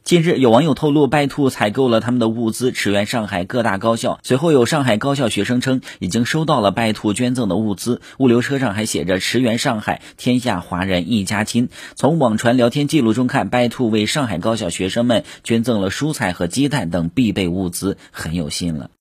近日，有网友透露，拜兔采购了他们的物资，驰援上海各大高校。随后有上海高校学生称，已经收到了拜兔捐赠的物资，物流车上还写着驰援上海，天下华人一家亲。从网传聊天记录中看，拜兔为上海高校学生们捐赠了蔬菜和鸡蛋等必备物资，很有心了。